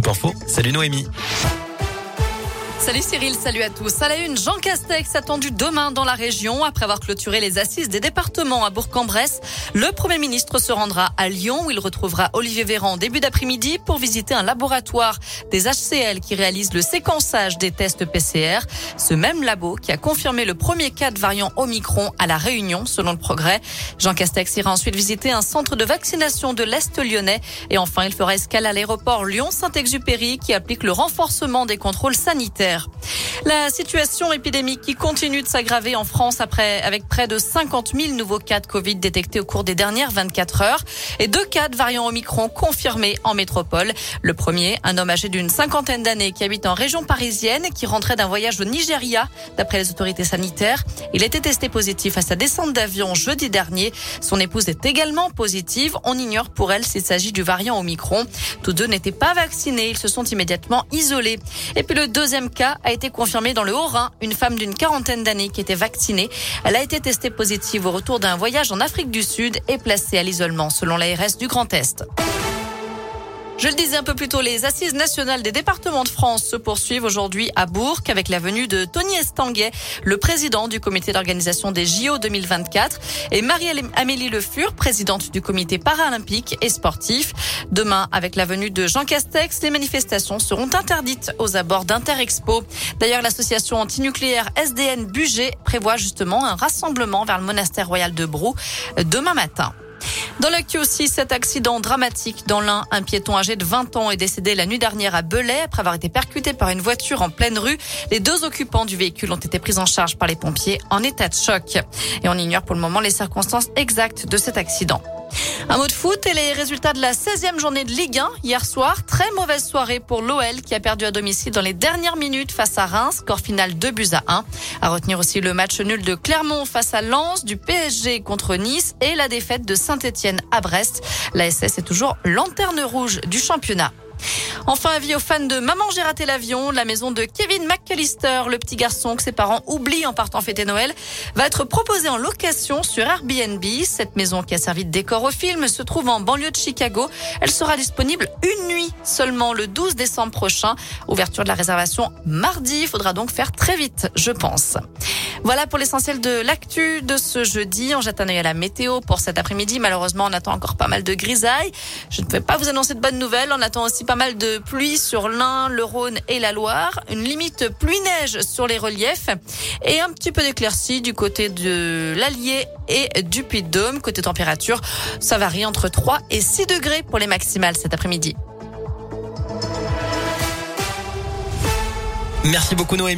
Info. Salut Noémie. Salut Cyril, salut à tous. À la une, Jean Castex attendu demain dans la région. Après avoir clôturé les assises des départements à Bourg-en-Bresse, le Premier ministre se rendra à Lyon où il retrouvera Olivier Véran début d'après-midi pour visiter un laboratoire des HCL qui réalise le séquençage des tests PCR. Ce même labo qui a confirmé le premier cas de variant Omicron à La Réunion, selon le Progrès. Jean Castex ira ensuite visiter un centre de vaccination de l'Est lyonnais. Et enfin, il fera escale à l'aéroport Lyon-Saint-Exupéry qui applique le renforcement des contrôles sanitaires. La situation épidémique qui continue de s'aggraver en France avec près de 50 000 nouveaux cas de Covid détectés au cours des dernières 24 heures et 2 cas de variant Omicron confirmés en métropole. Le premier, un homme âgé d'une cinquantaine d'années qui habite en région parisienne qui rentrait d'un voyage au Nigeria d'après les autorités sanitaires. Il était testé positif à sa descente d'avion jeudi dernier. Son épouse est également positive. On ignore pour elle s'il s'agit du variant Omicron. Tous deux n'étaient pas vaccinés. Ils se sont immédiatement isolés. Et puis le deuxième cas a été confirmé dans le Haut-Rhin. Une femme d'une quarantaine d'années qui était vaccinée. Elle a été testée positive au retour d'un voyage en Afrique du Sud et placée à l'isolement selon l'ARS du Grand Est. Je le disais un peu plus tôt, les assises nationales des départements de France se poursuivent aujourd'hui à Bourg avec la venue de Tony Estanguet, le président du comité d'organisation des JO 2024 et Marie-Amélie Le Fur, présidente du comité paralympique et sportif. Demain, avec la venue de Jean Castex, les manifestations seront interdites aux abords d'Interexpo. D'ailleurs, l'association antinucléaire SDN Bugey prévoit justement un rassemblement vers le monastère royal de Brou demain matin. Dans l'actu aussi, cet accident dramatique dans l'Ain. Un piéton âgé de 20 ans est décédé la nuit dernière à Belay après avoir été percuté par une voiture en pleine rue. Les 2 occupants du véhicule ont été pris en charge par les pompiers en état de choc. Et on ignore pour le moment les circonstances exactes de cet accident. Un mot de foot et les résultats de la 16e journée de Ligue 1 hier soir. Très mauvaise soirée pour l'OL qui a perdu à domicile dans les dernières minutes face à Reims. Score final 2-1. À retenir aussi le match nul de Clermont face à Lens, du PSG contre Nice et la défaite de Saint-Etienne à Brest. La SS est toujours lanterne rouge du championnat. Enfin, avis aux fans de Maman j'ai raté l'avion, la maison de Kevin McAllister, le petit garçon que ses parents oublient en partant fêter Noël, va être proposée en location sur Airbnb. Cette maison qui a servi de décor au film se trouve en banlieue de Chicago. Elle sera disponible une nuit seulement le 12 décembre prochain. Ouverture de la réservation mardi. Il faudra donc faire très vite, je pense. Voilà pour l'essentiel de l'actu de ce jeudi. On jette un œil à la météo pour cet après-midi. Malheureusement, on attend encore pas mal de grisailles. Je ne peux pas vous annoncer de bonnes nouvelles. On attend aussi pas mal de pluie sur l'Ain, le Rhône et la Loire. Une limite pluie-neige sur les reliefs. Et un petit peu d'éclaircie du côté de l'Allier et du Puy-de-Dôme. Côté température, ça varie entre 3 et 6 degrés pour les maximales cet après-midi. Merci beaucoup Noémie.